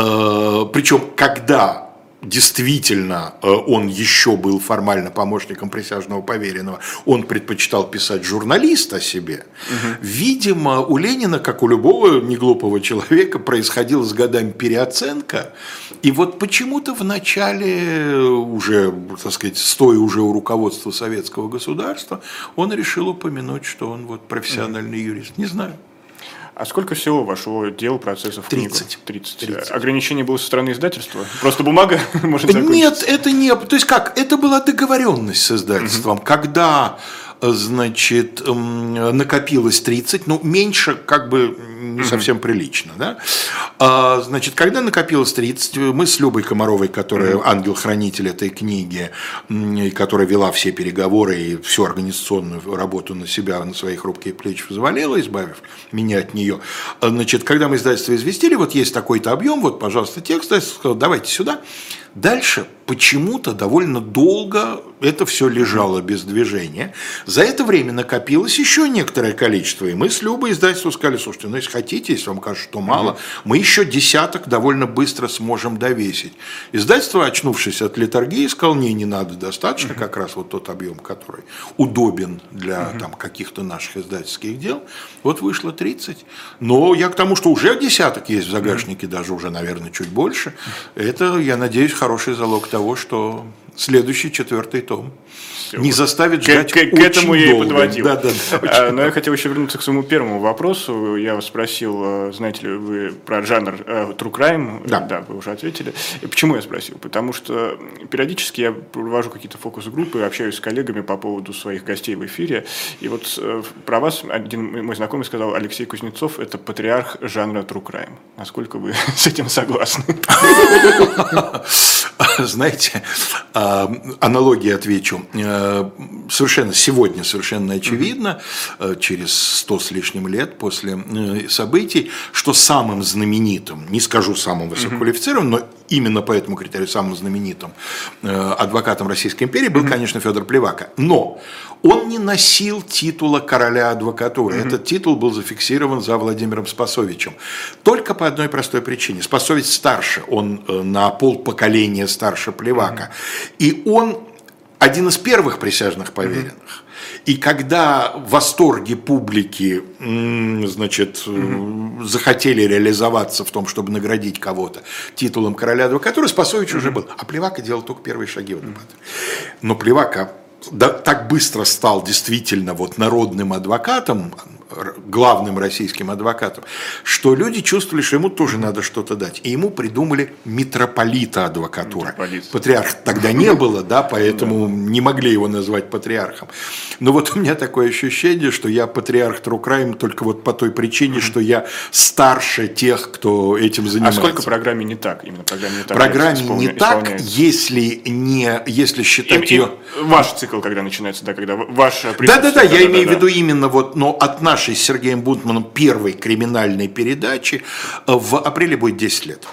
э, причем когда действительно он еще был формально помощником присяжного поверенного, он предпочитал писать журналист о себе. Угу. Видимо, у Ленина, как у любого неглупого человека, происходила с годами переоценка. И вот почему-то в начале, уже, так сказать, стоя уже у руководства советского государства, он решил упомянуть, что он вот профессиональный угу. юрист. Не знаю.
А сколько всего вошло дел, процессов в книгу?
тридцать.
тридцать. тридцать. Ограничение было со стороны издательства? Просто бумага может закончиться?
Нет, это не... То есть как? Это была договоренность с издательством. Угу. Когда, значит, накопилось тридцать, ну, меньше как бы не угу. совсем прилично, да? А, значит, когда накопилось тридцать, мы с Любой Комаровой, которая угу. ангел-хранитель этой книги, и которая вела все переговоры и всю организационную работу на себя, на свои хрупкие плечи взвалила, избавив меня от нее. Значит, когда мы издательство известили, вот есть такой-то объем, вот, пожалуйста, текст, издательство сказало, давайте сюда. Дальше почему-то довольно долго это все лежало без движения. За это время накопилось еще некоторое количество. И мы с Любой издательству сказали, слушайте, ну если хотите, если вам кажется, что мало, угу. мы еще десяток довольно быстро сможем довесить. Издательство, очнувшись от литургии, сказало, не, не надо, достаточно угу. как раз вот тот объем, который удобен для угу. там, каких-то наших издательских дел. Вот вышло тридцать. Но я к тому, что уже десяток есть в загашнике, угу. даже уже, наверное, чуть больше. Это, я надеюсь, хороший залог того, что следующий четвертый том все. Не заставит ждать к, к,
к этому
очень
я
долго.
И подводил.
Да, да, да,
а, но я хотел еще вернуться к своему первому вопросу. Я вас спросил, знаете ли вы про жанр э, True Crime?
Да.
Да, вы уже ответили. И почему я спросил? Потому что периодически я провожу какие-то фокус-группы, общаюсь с коллегами по поводу своих гостей в эфире. И вот э, про вас один мой знакомый сказал, Алексей Кузнецов – это патриарх жанра True Crime. Насколько вы с этим согласны?
Знаете, аналогии отвечу. Совершенно сегодня совершенно очевидно, через сто с лишним лет после событий, что самым знаменитым, не скажу самым высококвалифицированным, но именно по этому критерию самым знаменитым адвокатом Российской империи был, конечно, Федор Плевака. Но он не носил титула короля адвокатуры. Mm-hmm. Этот титул был зафиксирован за Владимиром Спасовичем. Только по одной простой причине. Спасович старше, он на полпоколения старше Плевака. Mm-hmm. И он один из первых присяжных поверенных. Mm-hmm. И когда в восторге публики, значит, mm-hmm. захотели реализоваться в том, чтобы наградить кого-то титулом короля адвокатуры, Спасович mm-hmm. уже был. А Плевака делал только первые шаги в адвокатуре. Mm-hmm. Но Плевака да, так быстро стал действительно вот народным адвокатом, главным российским адвокатом, что люди чувствовали, что ему тоже надо что-то дать. И ему придумали митрополита адвокатуры. Митрополит. Патриарха тогда не было, да, поэтому не могли его назвать патриархом. Но вот у меня такое ощущение, что я патриарх True Crime только вот по той причине, что я старше тех, кто этим занимается.
А сколько программе не так? Именно программе не так,
программе не так, если, не, если считать и, ее...
И ваш цикл, когда начинается, да, когда ваш...
Да-да-да, я да, имею да, в виду да. именно вот, но от нашей с Сергеем Бунтманом первой криминальной передачи в апреле будет десять лет.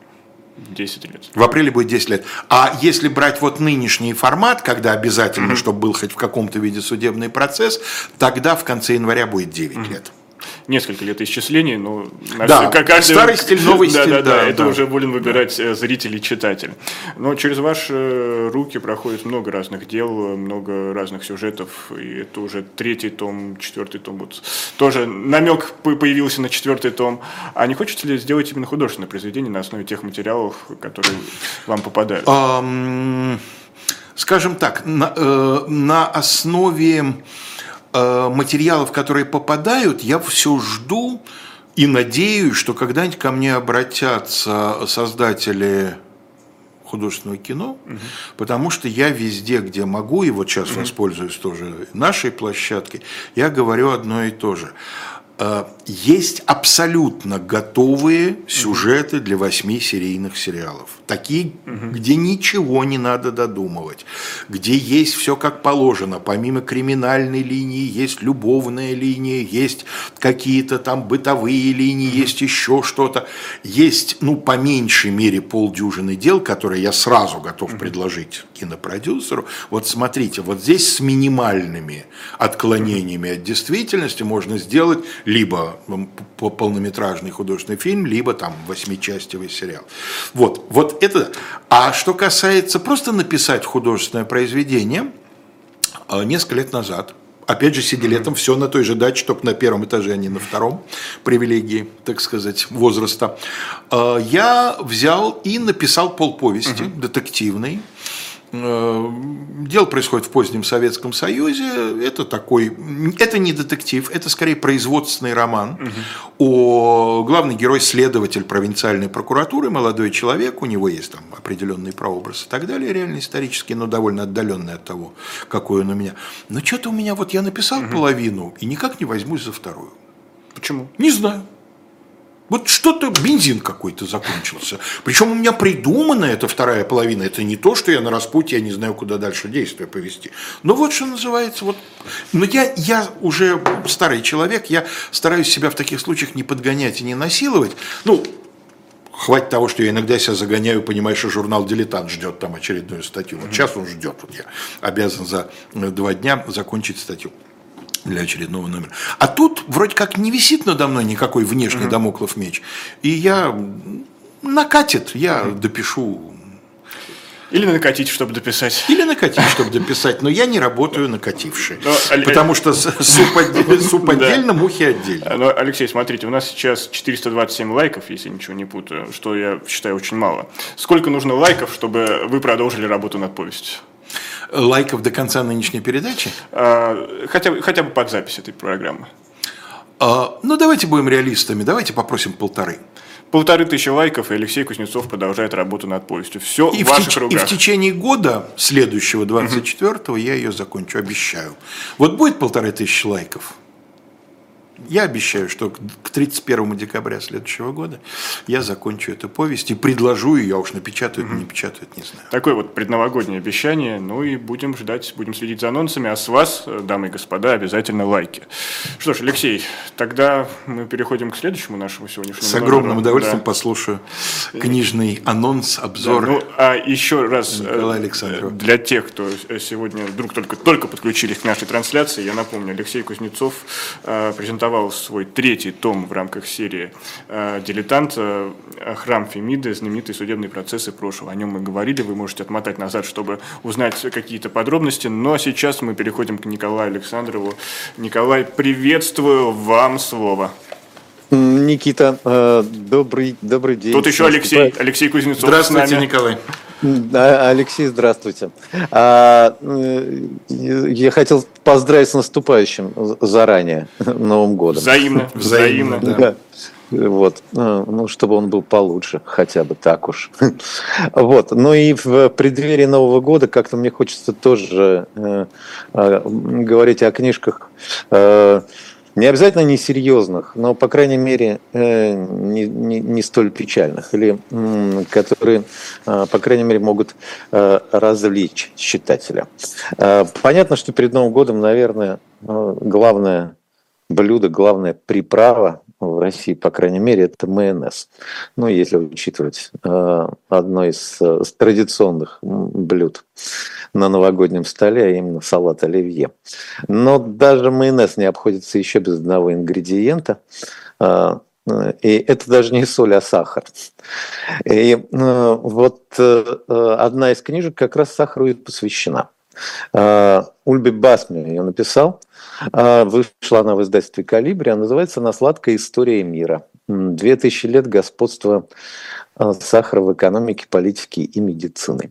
десять лет.
В апреле будет десять лет. А если брать вот нынешний формат, когда обязательно, mm-hmm. чтобы был хоть в каком-то виде судебный процесс, тогда в конце января будет девять mm-hmm. лет.
Несколько лет исчислений, но
да, каждый... старый стиль, новый
да,
стиль.
Да, да, да, это
да.
уже будем выбирать да. зритель и читатель. Но через ваши руки проходит много разных дел, много разных сюжетов, и это уже третий том, четвертый том. Вот. Тоже намек появился на четвертый том. А не хочется ли сделать именно художественное произведение на основе тех материалов, которые вам попадают?
Um, скажем так, на, э, на основе материалов, которые попадают, я все жду и надеюсь, что когда-нибудь ко мне обратятся создатели художественного кино, угу. потому что я везде, где могу, и вот сейчас угу. воспользуюсь тоже нашей площадкой, я говорю одно и то же. Есть абсолютно готовые сюжеты для восьми серийных сериалов. Такие, угу. где ничего не надо додумывать, где есть все как положено. Помимо криминальной линии есть любовная линия, есть какие-то там бытовые линии, угу. есть еще что-то. Есть, ну, по меньшей мере полдюжины дел, которые я сразу готов угу. предложить кинопродюсеру. Вот смотрите, вот здесь с минимальными отклонениями угу. от действительности можно сделать либо полнометражный художественный фильм, либо там восьмичастевый сериал. Вот, вот это. А что касается просто написать художественное произведение, несколько лет назад, опять же, сидя летом, все на той же даче, только на первом этаже, а не на втором, привилегии, так сказать, возраста, я взял и написал полповести uh-huh. детективной. Дело происходит в позднем Советском Союзе. Это такой, это не детектив, это скорее производственный роман. Угу. О, главный герой следователь провинциальной прокуратуры, молодой человек, у него есть там определенный прообраз и так далее, реально исторический, но довольно отдаленный от того, какой он у меня. Но что-то у меня вот я написал угу. половину и никак не возьмусь за вторую.
Почему?
Не знаю. Вот что-то, бензин какой-то закончился. Причем у меня придумана эта вторая половина. Это не то, что я на распутье, я не знаю, куда дальше действие повести. Но вот что называется. Вот. Но я, я уже старый человек, я стараюсь себя в таких случаях не подгонять и не насиловать. Ну, хватит того, что я иногда себя загоняю, понимаешь, что журнал «Дилетант» ждет там очередную статью. Вот сейчас он ждет. Вот я обязан за два дня закончить статью для очередного номера. А тут вроде как не висит надо мной никакой внешний uh-huh. дамоклов меч. И я накатит, я uh-huh. допишу.
Или накатить, чтобы дописать.
Или накатить, чтобы дописать. Но я не работаю накативший. Но, потому что суп отдельно, мухи отдельно.
Но, Алексей, смотрите, у нас сейчас четыреста двадцать семь лайков, если ничего не путаю, что я считаю очень мало. Сколько нужно лайков, чтобы вы продолжили работу над повестью?
Лайков до конца нынешней передачи?
А, хотя, хотя бы под запись этой программы.
А, ну, давайте будем реалистами. Давайте попросим полторы.
Полторы тысячи лайков, и Алексей Кузнецов продолжает работу над повестью. Все и в ваших теч- руках.
И в течение года, следующего, двадцать четвёртого, uh-huh. я ее закончу, обещаю. Вот будет полторы тысячи лайков? Я обещаю, что к тридцать первому декабря следующего года я закончу эту повесть и предложу ее, а уж напечатают, mm-hmm. не напечатают, не знаю.
Такое вот предновогоднее обещание, ну и будем ждать, будем следить за анонсами, а с вас, дамы и господа, обязательно лайки. Что ж, Алексей, тогда мы переходим к следующему нашему сегодняшнему
С огромным
номеру.
удовольствием
да.
послушаю книжный анонс, обзор.
Да, ну, а еще раз
Николая Александрова.
Для тех, кто сегодня вдруг только, только подключились к нашей трансляции, я напомню, Алексей Кузнецов презентовал свой третий том в рамках серии «Дилетант. Храм Фемиды. Знаменитые судебные процессы прошлого». О нем мы говорили, вы можете отмотать назад, чтобы узнать какие-то подробности. Ну а сейчас мы переходим к Николаю Александрову. Николай, приветствую, вам слово.
Никита, добрый, добрый день.
Тут еще Алексей, Алексей Кузнецов.
Здравствуйте, Николай.
Алексей, здравствуйте. Я хотел поздравить с наступающим заранее Новым годом.
Взаимно, взаимно.
взаимно да.
Вот, ну, чтобы он был получше, хотя бы так уж. Вот, ну и в преддверии Нового года как-то мне хочется тоже э, э, говорить о книжках. Э, Не обязательно несерьезных, но, по крайней мере, не, не, не столь печальных, или которые, по крайней мере, могут развлечь читателя. Понятно, что перед Новым годом, наверное, главное блюдо, главная приправа в России, по крайней мере, это майонез. Ну, если учитывать одно из традиционных блюд на новогоднем столе, а именно салат оливье. Но даже майонез не обходится еще без одного ингредиента. И это даже не соль, а сахар. И вот одна из книжек как раз сахару и посвящена. Ульби Басми ее написал. Вышла она в издательстве «Колибри», а называется она «Сладкая история мира. Две тысячи лет господства сахара в экономике, политике и медицине».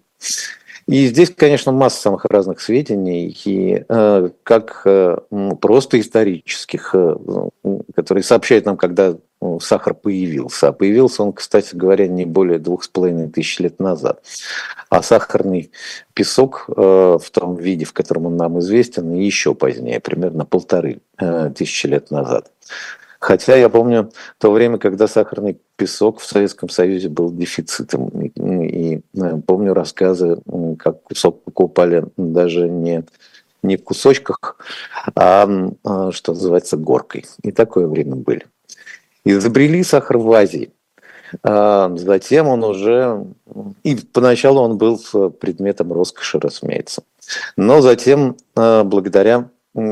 И здесь, конечно, масса самых разных сведений, и, э, как э, просто исторических, э, которые сообщают нам, когда ну, сахар появился. А появился он, кстати говоря, не более двух с половиной тысяч лет назад. А сахарный песок э, в том виде, в котором он нам известен, еще позднее, примерно полторы э, тысячи лет назад. Хотя я помню то время, когда сахарный песок в Советском Союзе был дефицитом. И, и помню рассказы, как кусок покупали даже не, не в кусочках, а, что называется, горкой. И такое время были. Изобрели сахар в Азии. А затем он уже... И поначалу он был предметом роскоши, разумеется. Но затем, благодаря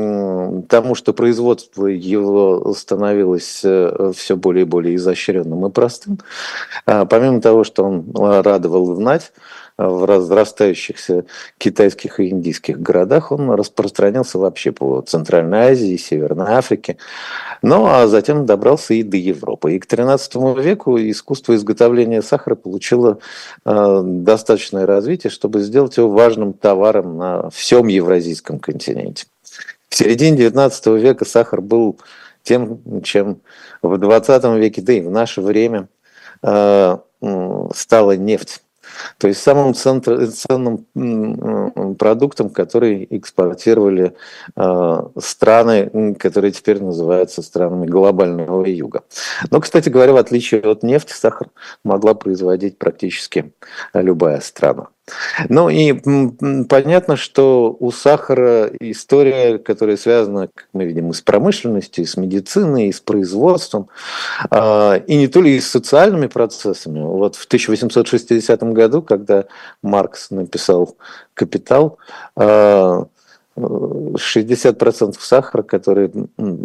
тому, что производство его становилось все более и более изощренным и простым, помимо того, что он радовал знать в разрастающихся китайских и индийских городах, он распространился вообще по Центральной Азии, Северной Африке, ну а затем добрался и до Европы. И к тринадцатому веку искусство изготовления сахара получило достаточное развитие, чтобы сделать его важным товаром на всем евразийском континенте. В середине девятнадцатого века сахар был тем, чем в двадцатом веке, да и в наше время э, стала нефть. То есть самым ценным продуктом, который экспортировали э, страны, которые теперь называются странами глобального юга. Но, кстати говоря, в отличие от нефти, сахар могла производить практически любая страна. Ну и понятно, что у сахара история, которая связана, как мы видим, и с промышленностью, и с медициной, и с производством, и не только и с социальными процессами. Вот в тысяча восемьсот шестидесятом году, когда Маркс написал «Капитал», шестьдесят процентов сахара, которые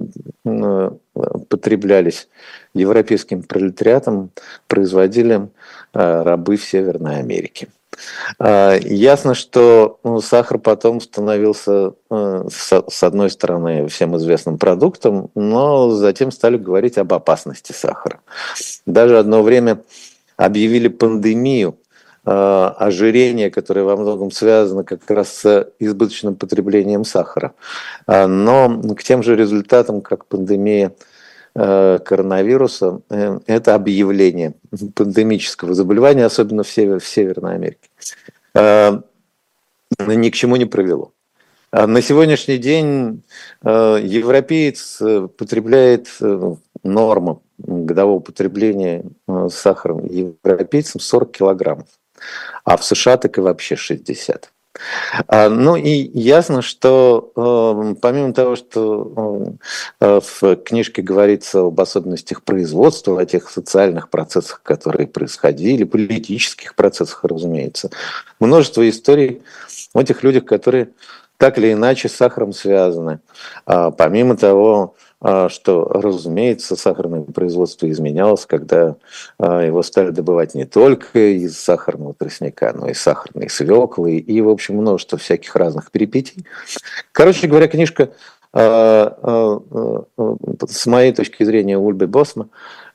потреблялись европейским пролетариатом, производили рабы в Северной Америке. Ясно, что ну, сахар потом становился, э, с, с одной стороны, всем известным продуктом, но затем стали говорить об опасности сахара. Даже одно время объявили пандемию э, ожирения, которое во многом связано как раз с избыточным потреблением сахара. Э, но к тем же результатам, как пандемия коронавируса, это объявление пандемического заболевания, особенно в, север, в Северной Америке, ни к чему не привело. На сегодняшний день европеец потребляет норму годового потребления сахара европейцам сорок килограммов, а в США так и вообще шестьдесят. Ну и ясно, что помимо того, что в книжке говорится об особенностях производства, о тех социальных процессах, которые происходили, политических процессах, разумеется, множество историй о тех людях, которые так или иначе с сахаром связаны. Помимо того, что, разумеется, сахарное производство изменялось, когда его стали добывать не только из сахарного тростника, но и сахарной свеклы, и, в общем, множество всяких разных перипетий. Короче говоря, книжка, с моей точки зрения, Ульбе Босма,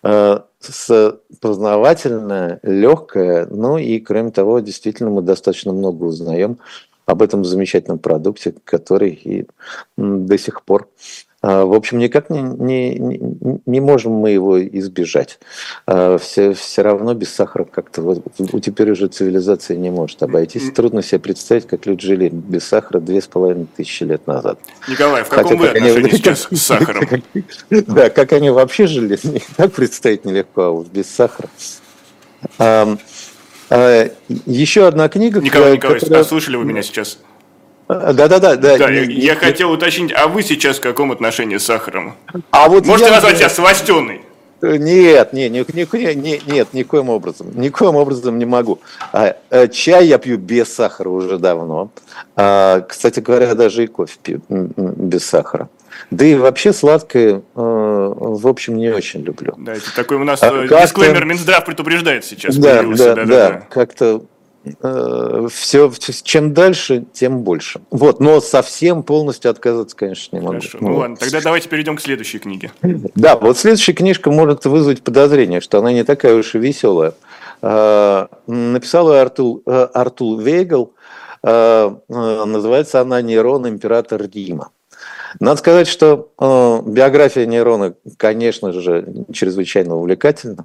познавательная, легкая, ну и, кроме того, действительно мы достаточно много узнаем об этом замечательном продукте, который и до сих пор, в общем, никак не, не, не можем мы его избежать. Все, все равно без сахара как-то вот, теперь уже цивилизация не может обойтись. Трудно себе представить, как люди жили без сахара две с половиной тысячи лет назад.
Николай, в каком вы отношении сейчас с сахаром?
Да, как они вообще жили, так представить нелегко, а вот без сахара. Еще одна книга...
Николай Николаевич, которая... слышали вы меня сейчас?
Да-да-да. Да,
да, не, я не, хотел уточнить, а вы сейчас в каком отношении с сахаром?
А вот
можете
я...
назвать себя сластеной?
Нет, нет, ни, ни, ни, нет, никоим образом. Никоим образом не могу. Чай я пью без сахара уже давно. Кстати говоря, даже и кофе пью без сахара. Да и вообще сладкое, в общем, не очень люблю.
Да, это такой у нас а дисклеймер, Минздрав предупреждает сейчас.
Да, да, да, да, как-то э, все, чем дальше, тем больше. Вот, но совсем полностью отказаться, конечно, не могу.
Хорошо, ну, ну ладно, тогда давайте перейдем к следующей книге.
Да, вот следующая книжка может вызвать подозрение, что она не такая уж и веселая. Написал ее Артур, Артур Вейгл, называется она «Нерон, император Рима». Надо сказать, что э, биография Нерона, конечно же, чрезвычайно увлекательна.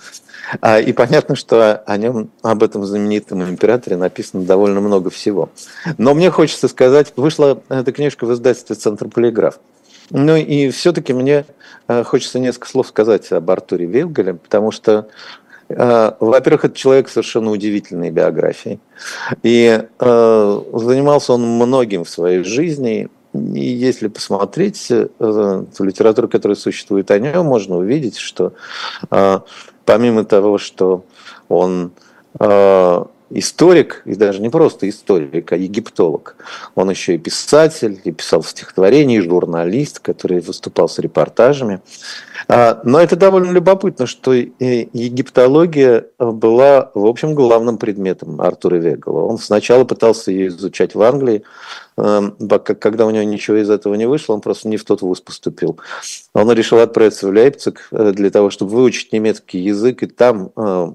И понятно, что о нем, об этом знаменитом императоре написано довольно много всего. Но мне хочется сказать, вышла эта книжка в издательстве «Центр Полиграф». Ну и все-таки мне э, хочется несколько слов сказать об Артуре Вейгле, потому что, э, во-первых, это человек с совершенно удивительной биографией. И э, занимался он многим в своей жизни. И если посмотреть э, ту литературу, которая существует о нем, можно увидеть, что э, помимо того, что он э, историк, и даже не просто историк, а египтолог, он еще и писатель, и писал стихотворения, и журналист, который выступал с репортажами. Э, но это довольно любопытно, что египтология была, в общем, главным предметом Артура Вейгла. Он сначала пытался ее изучать в Англии, когда у него ничего из этого не вышло, он просто не в тот вуз поступил. Он решил отправиться в Лейпциг для того, чтобы выучить немецкий язык и там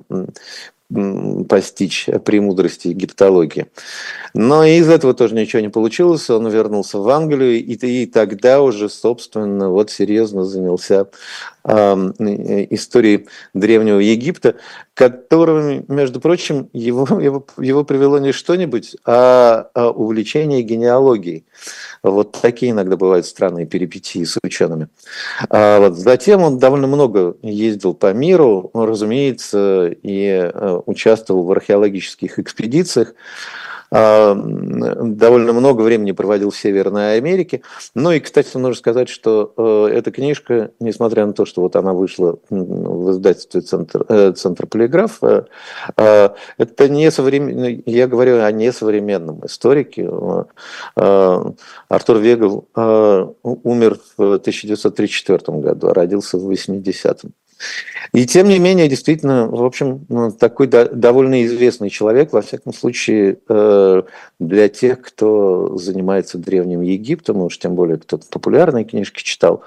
постичь премудрости египтологии. Но из этого тоже ничего не получилось. Он вернулся в Англию и, и тогда уже, собственно, вот серьезно занялся э, историей Древнего Египта, которым, между прочим, его, его, его привело не что-нибудь, а, а увлечение генеалогией. Вот такие иногда бывают странные перипетии с учеными. А вот затем он довольно много ездил по миру, разумеется, и участвовал в археологических экспедициях. Довольно много времени проводил в Северной Америке. Ну и, кстати, нужно сказать, что э, эта книжка, несмотря на то, что вот она вышла в издательстве «Центр, э, Центр Полиграф», э, э, это не современный, я говорю о несовременном историке. Э, Артур Вейгл э, умер в тысяча девятьсот тридцать четвёртом году, а родился в восьмидесятом. И тем не менее, действительно, в общем, такой довольно известный человек, во всяком случае, для тех, кто занимается Древним Египтом, уж тем более, кто популярные книжки читал.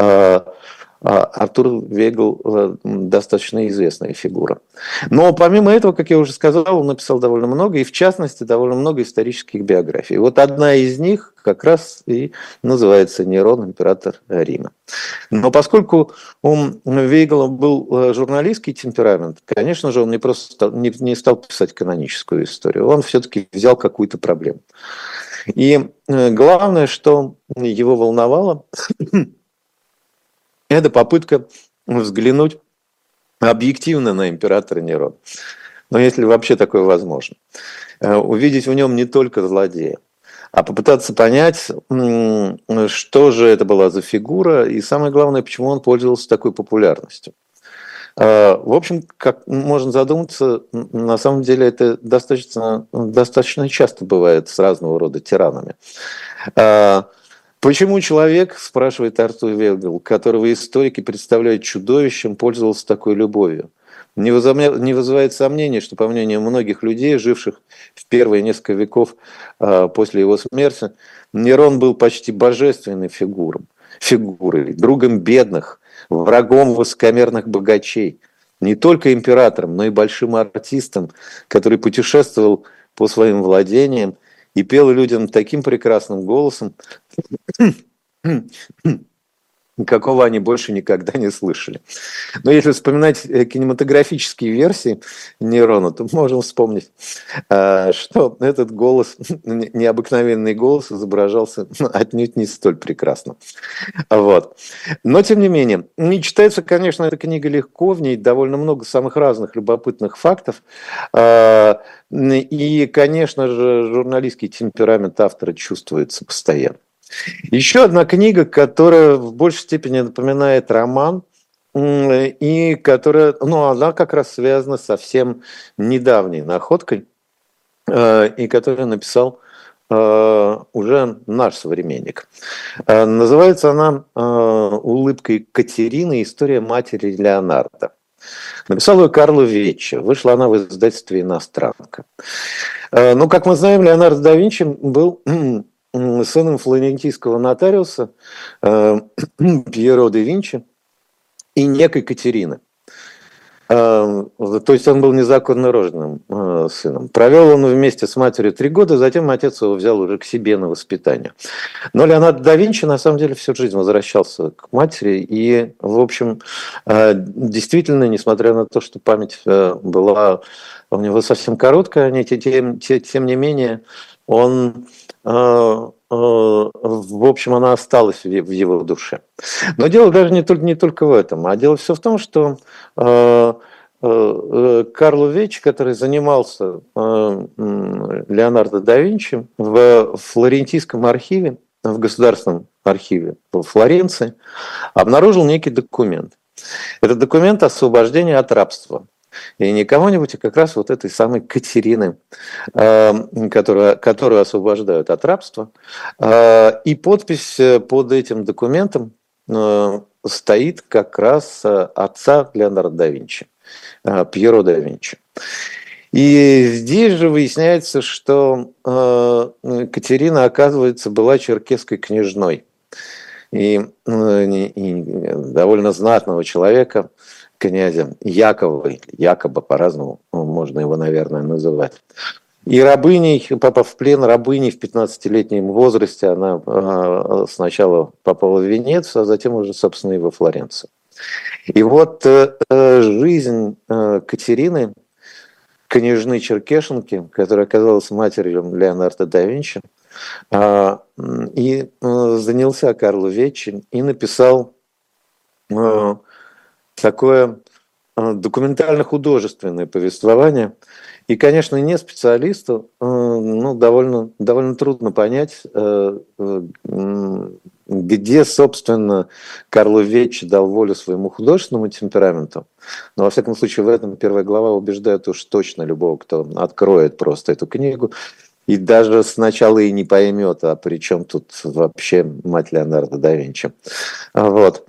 Артур Вейгл достаточно известная фигура. Но помимо этого, как я уже сказал, он написал довольно много, и в частности, довольно много исторических биографий. Вот одна из них как раз и называется «Нерон, император Рима». Но поскольку у Вейгла был журналистский темперамент, конечно же, он не просто стал, не, не стал писать каноническую историю, он все-таки взял какую-то проблему. И главное, что его волновало, это попытка взглянуть объективно на императора Нерона. Но если вообще такое возможно. Увидеть в нем не только злодея, а попытаться понять, что же это была за фигура, и самое главное, почему он пользовался такой популярностью. В общем, как можно задуматься, на самом деле это достаточно, достаточно часто бывает с разного рода тиранами. Почему человек, спрашивает Артур Вегел, которого историки представляют чудовищем, пользовался такой любовью? Не вызывает сомнений, что, по мнению многих людей, живших в первые несколько веков после его смерти, Нерон был почти божественной фигурой, фигурой, другом бедных, врагом высокомерных богачей, не только императором, но и большим артистом, который путешествовал по своим владениям и пел людям таким прекрасным голосом, какого они больше никогда не слышали. Но если вспоминать кинематографические версии Нерона, то можем вспомнить, что этот голос, необыкновенный голос, изображался отнюдь не столь прекрасно. Вот. Но, тем не менее, не читается, конечно, эта книга легко, в ней довольно много самых разных любопытных фактов. И, конечно же, журналистский темперамент автора чувствуется постоянно. Еще одна книга, которая в большей степени напоминает роман, и которая, ну, она как раз связана с совсем недавней находкой, и которую написал уже наш современник. Называется она «Улыбка Екатерины. История матери Леонардо». Написал ее Карло Веччи. Вышла она в издательстве «Иностранка». Ну, как мы знаем, Леонардо да Винчи был сыном флорентийского нотариуса Пьеро де Винчи и некой Катерины. То есть он был незаконно рожденным сыном. Провел он вместе с матерью три года, затем отец его взял уже к себе на воспитание. Но Леонардо да Винчи на самом деле всю жизнь возвращался к матери. И, в общем, действительно, несмотря на то, что память была у него совсем короткая, тем, тем не менее, он... в общем, она осталась в его душе. Но дело даже не только, не только в этом, а дело все в том, что Карло Веччи, который занимался Леонардо да Винчи в флорентийском архиве, в государственном архиве в Флоренции, обнаружил некий документ. Это документ освобождения от рабства. И не кого-нибудь, а как раз вот этой самой Катерины, которую, которую освобождают от рабства. И подпись под этим документом стоит как раз отца Леонардо да Винчи, Пьеро да Винчи. И здесь же выясняется, что Катерина, оказывается, была черкесской княжной. И, и довольно знатного человека, князя Якова, якобы по-разному можно его, наверное, называть. И рабыней, попав в плен, рабыней в пятнадцатилетнем возрасте, она сначала попала в Венецию, а затем уже, собственно, и во Флоренцию. И вот жизнь Катерины, княжны Черкешенки, которая оказалась матерью Леонардо да Винчи, и занялся Карло Веччи и написал такое документально-художественное повествование. И, конечно, не специалисту, ну, довольно, довольно трудно понять, где, собственно, Карло Веччи дал волю своему художественному темпераменту. Но, во всяком случае, в этом первая глава убеждает уж точно любого, кто откроет просто эту книгу, и даже сначала и не поймет, а при чем тут вообще мать Леонардо да Винчи. Вот.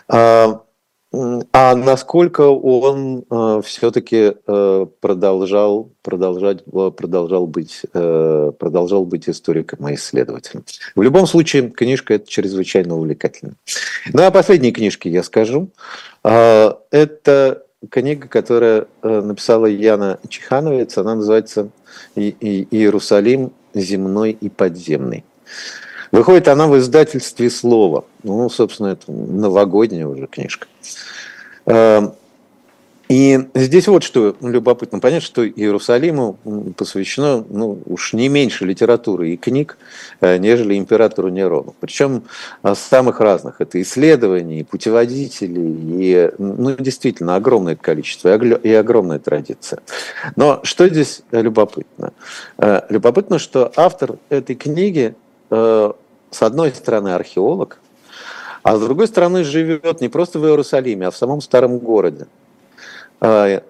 А насколько он э, все-таки э, продолжал, продолжать, продолжал, быть, э, продолжал быть историком и исследователем. В любом случае, книжка эта чрезвычайно увлекательна. Ну, а последней книжке я скажу. Э, это книга, которую э, написала Яна Чехановец. Она называется «Иерусалим земной и подземный». Выходит она в издательстве «Слово». Ну, собственно, это новогодняя уже книжка. И здесь вот что любопытно понять, что Иерусалиму посвящено, ну, уж не меньше литературы и книг, нежели императору Нерону. Причем самых разных. Это исследований, и путеводителей, и, ну, действительно, огромное количество, и огромная традиция. Но что здесь любопытно? Любопытно, что автор этой книги, с одной стороны, археолог, а с другой стороны, живет не просто в Иерусалиме, а в самом старом городе. Яна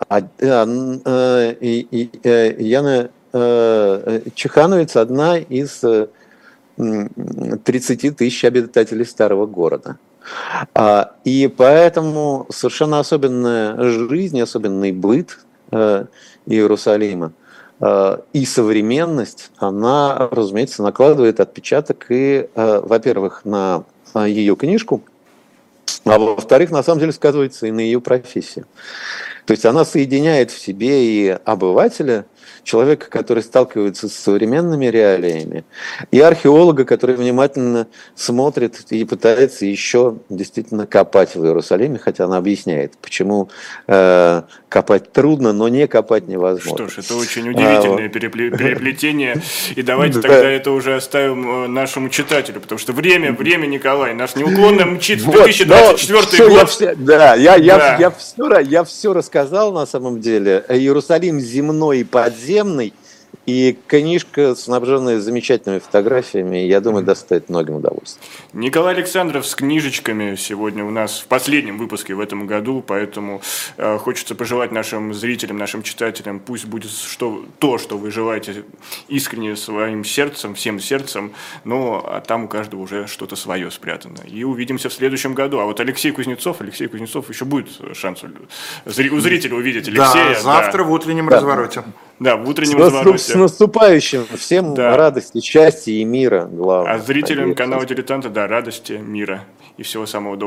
Чехановец одна из тридцати тысяч обитателей старого города. И поэтому совершенно особенная жизнь, особенный быт Иерусалима и современность, она, разумеется, накладывает отпечаток и, во-первых, на ее книжку, а во-вторых, на самом деле сказывается и на ее профессию. То есть она соединяет в себе и обывателя, человека, который сталкивается с современными реалиями, и археолога, который внимательно смотрит и пытается еще действительно копать в Иерусалиме, хотя она объясняет, почему э, копать трудно, но не копать невозможно.
Что ж, это очень удивительное а, переплетение, и давайте тогда это уже оставим нашему читателю, потому что время, время, Николай, нас неуклонно мчит в две тысячи двадцать четвёртый год.
Да, я, я, да. я, все, я все рассказал на самом деле. Иерусалим земной и подземный. И книжка, снабженная замечательными фотографиями, я думаю, доставит многим удовольствие.
Николай Александров с книжечками сегодня у нас в последнем выпуске в этом году, поэтому э, хочется пожелать нашим зрителям, нашим читателям, пусть будет что, то, что вы желаете искренне своим сердцем, всем сердцем, но а там у каждого уже что-то свое спрятано. И увидимся в следующем году. А вот Алексей Кузнецов, Алексей Кузнецов еще будет шанс у зрителя увидеть Алексея.
Да, завтра да. в утреннем да. развороте.
Да, в утреннем развороте.
С наступающим! Всем да. радости, счастья и мира, главное.
А зрителям канала «Дилетанта», да, радости, мира и всего самого доброго.